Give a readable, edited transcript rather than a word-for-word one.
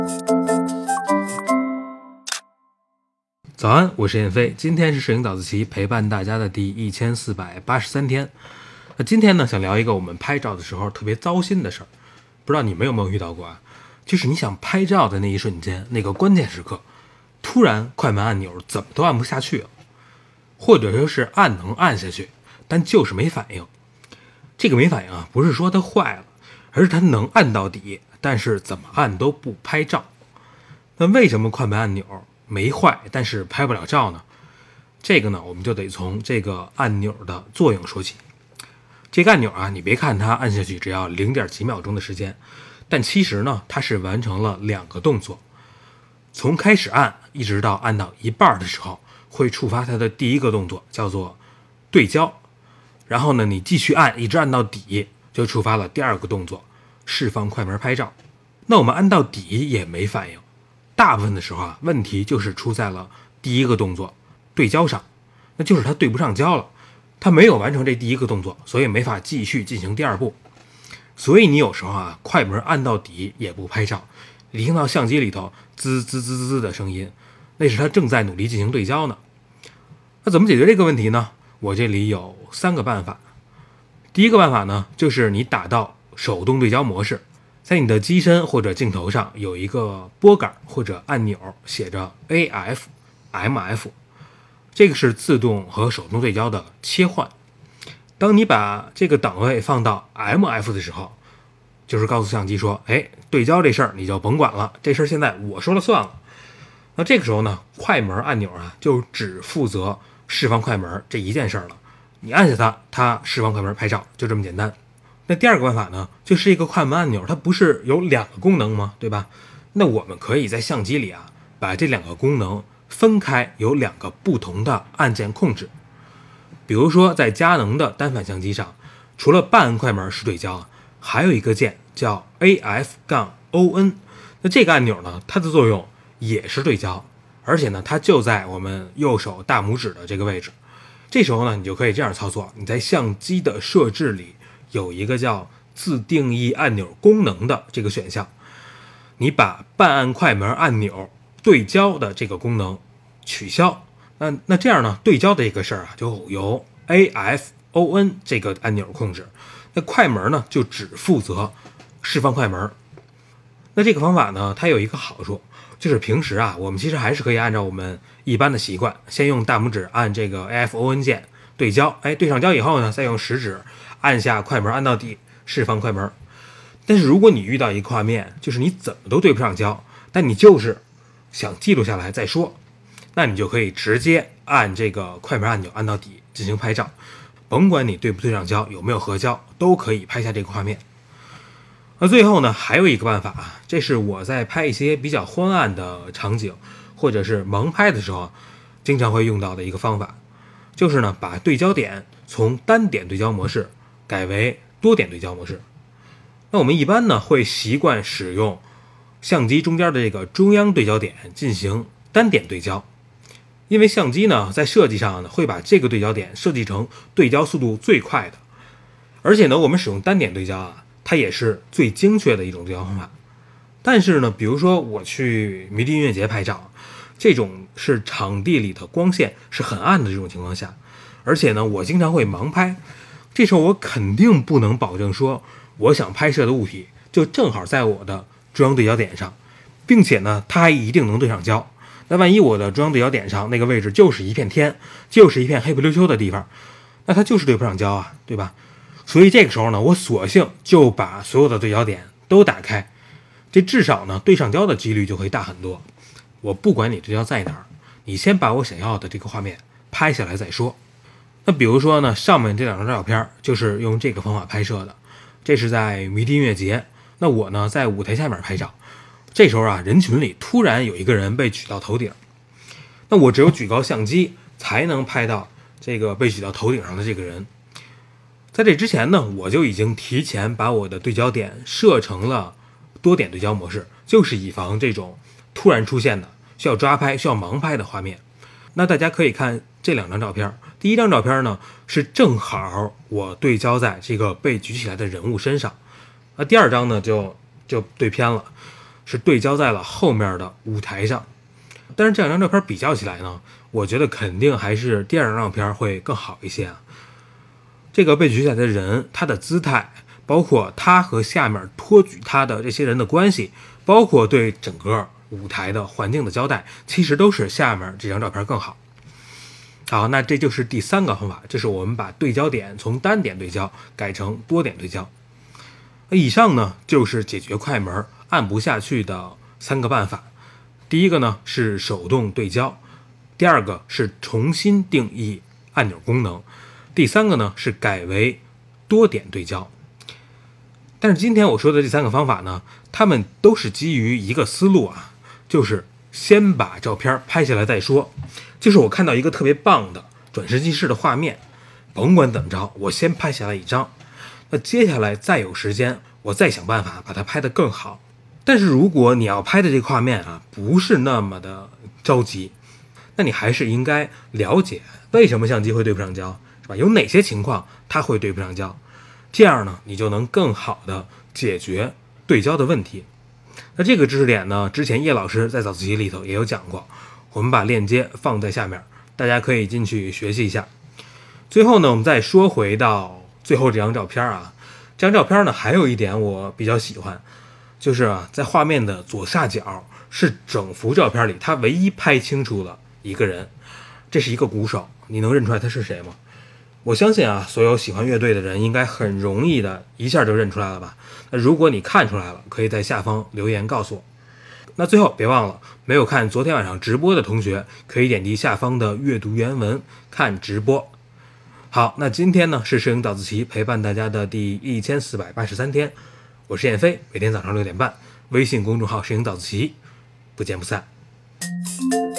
早安，我是燕飞，今天是摄影早自习陪伴大家的第1483天。今天呢，想聊一个我们拍照的时候特别糟心的事儿，不知道你们有没有遇到过啊？就是你想拍照的那一瞬间，那个关键时刻，突然快门按钮怎么都按不下去了，或者说是能按下去，但就是没反应。这个没反应啊，不是说它坏了，而是它能按到底，但是怎么按都不拍照。那为什么快门按钮没坏，但是拍不了照呢？这个呢，我们就得从这个按钮的作用说起。这个按钮啊，你别看它按下去只要0.几秒钟的时间，但其实呢，它是完成了2个动作。从开始按一直到按到一半的时候，会触发它的第一个动作，叫做对焦。然后呢，你继续按，一直按到底，就触发了第2个动作，释放快门拍照。那我们按到底也没反应。大部分的时候啊，问题就是出在了第一个动作对焦上，那就是它对不上焦了，它没有完成这第一个动作，所以没法继续进行第2步。所以你有时候啊，快门按到底也不拍照，你听到相机里头滋滋滋滋的声音，那是它正在努力进行对焦呢。那怎么解决这个问题呢？我这里有3个办法。第一个办法呢，就是你打到手动对焦模式，在你的机身或者镜头上有一个拨杆或者按钮，写着 AF、MF， 这个是自动和手动对焦的切换。当你把这个档位放到 MF 的时候，就是告诉相机说，对焦这事儿你就甭管了，这事儿现在我说了算了。那这个时候呢，快门按钮啊就只负责释放快门这一件事儿了，你按下它释放快门拍照，就这么简单。那第2个办法呢，就是一个快门按钮它不是有2个功能吗？对吧？那我们可以在相机里啊把这2个功能分开，有2个不同的按键控制。比如说在佳能的单反相机上，除了半按快门是对焦，还有一个键叫 AF-ON。 那这个按钮呢，它的作用也是对焦，而且呢它就在我们右手大拇指的这个位置。这时候呢，你就可以这样操作，你在相机的设置里有一个叫自定义按钮功能的这个选项，你把半按快门按钮对焦的这个功能取消，那这样呢，对焦的这个事儿啊，就由 AF-ON 这个按钮控制，那快门呢就只负责释放快门。那这个方法呢，它有一个好处，就是平时啊，我们其实还是可以按照我们一般的习惯，先用大拇指按这个 AF-ON 键对焦，对上焦以后呢，再用食指按下快门按到底，释放快门。但是如果你遇到一个画面，就是你怎么都对不上焦，但你就是想记录下来再说，那你就可以直接按这个快门按钮按到底进行拍照，甭管你对不对上焦，有没有合焦，都可以拍下这个画面。那最后呢，还有一个办法啊，这是我在拍一些比较昏暗的场景或者是盲拍的时候经常会用到的一个方法，就是呢，把对焦点从单点对焦模式改为多点对焦模式。那我们一般呢会习惯使用相机中间的这个中央对焦点进行单点对焦，因为相机呢在设计上呢会把这个对焦点设计成对焦速度最快的，而且呢我们使用单点对焦啊，它也是最精确的一种对焦方法。但是呢，比如说我去迷笛音乐节拍照，这种是场地里的光线是很暗的这种情况下，而且呢我经常会盲拍，这时候我肯定不能保证说我想拍摄的物体就正好在我的中央对焦点上，并且呢它还一定能对上焦。那万一我的中央对焦点上那个位置就是一片天，就是一片黑不溜秋的地方，那它就是对不上焦啊，对吧？所以这个时候呢，我索性就把所有的对焦点都打开，这至少呢对上焦的几率就会大很多。我不管你对焦在哪儿，你先把我想要的这个画面拍下来再说。那比如说呢，上面这2张照片就是用这个方法拍摄的，这是在迷笛音乐节，那我呢在舞台下面拍照，这时候啊，人群里突然有一个人被举到头顶，那我只有举高相机才能拍到这个被举到头顶上的这个人。在这之前呢，我就已经提前把我的对焦点设成了多点对焦模式，就是以防这种突然出现的需要抓拍需要盲拍的画面。那大家可以看这2张照片，第一张照片呢是正好我对焦在这个被举起来的人物身上，第2张呢就对偏了。 是对焦在了后面的舞台上。但是这两张照片比较起来呢，我觉得肯定还是第二张照片会更好一些啊。这个被举起来的人，他的姿态，包括他和下面托举他的这些人的关系，包括对整个舞台的环境的交代，其实都是下面这张照片更好。好，那这就是第3个方法，就是我们把对焦点从单点对焦改成多点对焦。以上呢就是解决快门按不下去的3个办法。第一个呢是手动对焦，第二个是重新定义按钮功能，第3个呢是改为多点对焦。但是今天我说的这3个方法呢，它们都是基于一个思路啊，就是先把照片拍下来再说。就是我看到一个特别棒的转时机式的画面，甭管怎么着，我先拍下来一张，那接下来再有时间我再想办法把它拍得更好。但是如果你要拍的这个画面啊不是那么的着急，那你还是应该了解为什么相机会对不上焦，是吧？有哪些情况它会对不上焦，这样呢你就能更好的解决对焦的问题。那这个知识点呢，之前叶老师在早自习里头也有讲过，我们把链接放在下面，大家可以进去学习一下。最后呢，我们再说回到最后这张照片啊，这张照片呢还有一点我比较喜欢，就是啊，在画面的左下角是整幅照片里他唯一拍清楚了一个人，这是一个鼓手，你能认出来他是谁吗？我相信啊，所有喜欢乐队的人应该很容易的一下就认出来了吧？那如果你看出来了，可以在下方留言告诉我。那最后别忘了，没有看昨天晚上直播的同学，可以点击下方的阅读原文看直播。好，那今天呢是摄影早自习陪伴大家的第1483天，我是燕飞，每天早上6点半，微信公众号摄影早自习，不见不散。